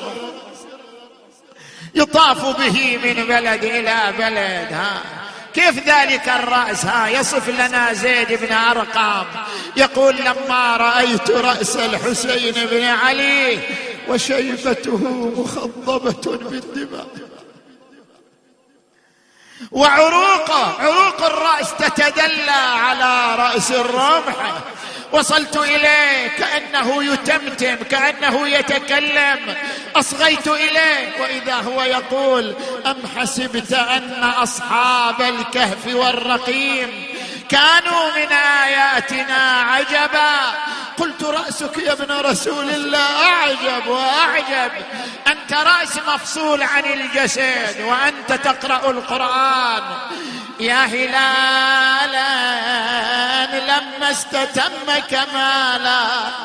يطاف به من بلد إلى بلد. ها كيف ذلك الرأس؟ ها يصف لنا زيد بن أرقام يقول: لما رأيت رأس الحسين بن علي وشيبته مخضبة بالدماء، وعروقه عروق الرأس تتدلى على رأس الرمح، وصلت إليه كأنه يتمتم، كأنه يتكلم، أصغيت إليه وإذا هو يقول: أم حسبت أن أصحاب الكهف والرقيم كانوا من آياتنا عجبا؟ قلت: رأسك يا ابن رسول الله أعجب وأعجب، أنت رأس مفصول عن الجسد وأنت تقرأ القرآن. يا هلالا لما استتم كمالا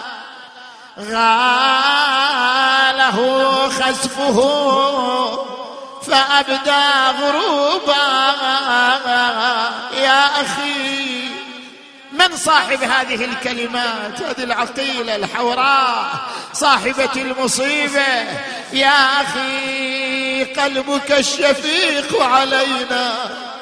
غاله خسفه فأبدى غروبا. يا أخي، من صاحب هذه الكلمات؟ هذه العقيلة الحوراء صاحبة المصيبة. يا أخي، قلبك الشفيق علينا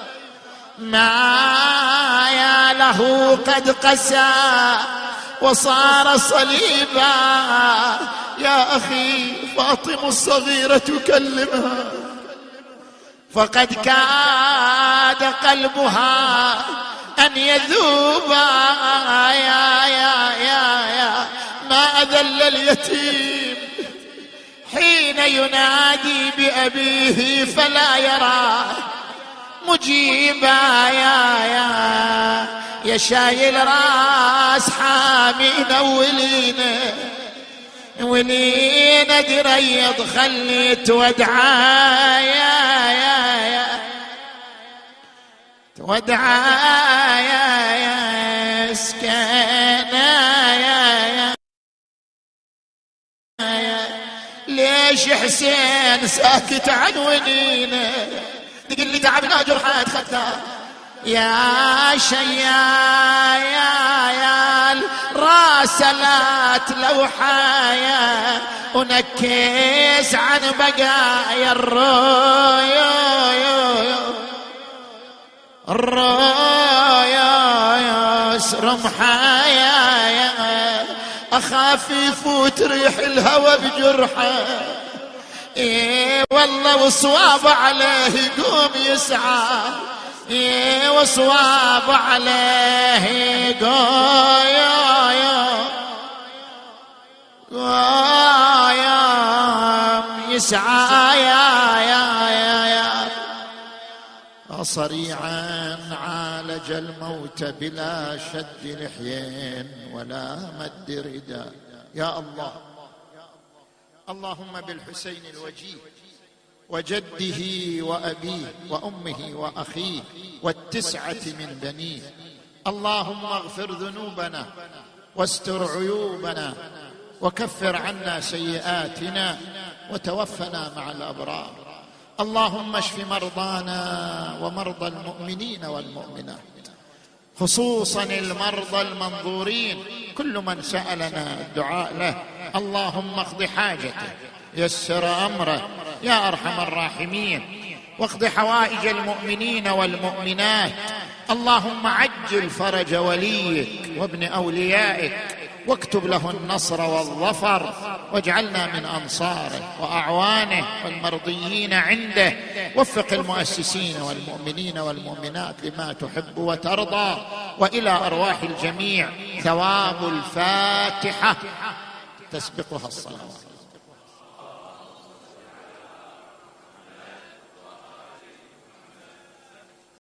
ما يا له قد قسى وصار صليبا. يا أخي، فاطمة الصغيرة تكلمها فقد كاد قلبها أن يذوب. يا يا يا يا ما أذل اليتيم حين ينادي بأبيه فلا يرى مجيبا. يا يا يا شايل راس حامينا ولينا ولينا دريض خليت ودعا. يا يا يا ودعا يا يا اسكنا. يا يا ليش حسين ساكت عن ونينا؟ تقول لي تعبنا جرحات خدها. يا شيا يا يا الراسلات لوحايا ونكيس عن بقايا الرويا الرويا راس رمحه، يا اخاف يفوت ريح الهوى بجرحه. ايه والله وصواب عليه يقوم يسعى، ايه وصواب عليه يقوم يسعى. يا يا يا يا صريعا عالج الموت بلا شد لحيين ولا مد رداء. يا الله، اللهم بالحسين الوجيه وجده وأبيه وأمه وأخيه والتسعة من بنيه، اللهم اغفر ذنوبنا واستر عيوبنا وكفر عنا سيئاتنا وتوفنا مع الأبرار. اللهم اشف مرضانا ومرضى المؤمنين والمؤمنات، خصوصا المرضى المنظورين، كل من سألنا الدعاء له. اللهم اقض حاجته، يسر أمره يا أرحم الراحمين، واقض حوائج المؤمنين والمؤمنات. اللهم عجل فرج وليك وابن أوليائك، واكتب له النصر والظفر، واجعلنا من أنصاره وأعوانه والمرضيين عنده. وفق المؤسسين والمؤمنين والمؤمنات لما تحب وترضى، وإلى أرواح الجميع ثواب الفاتحة تسبقها الصلوات.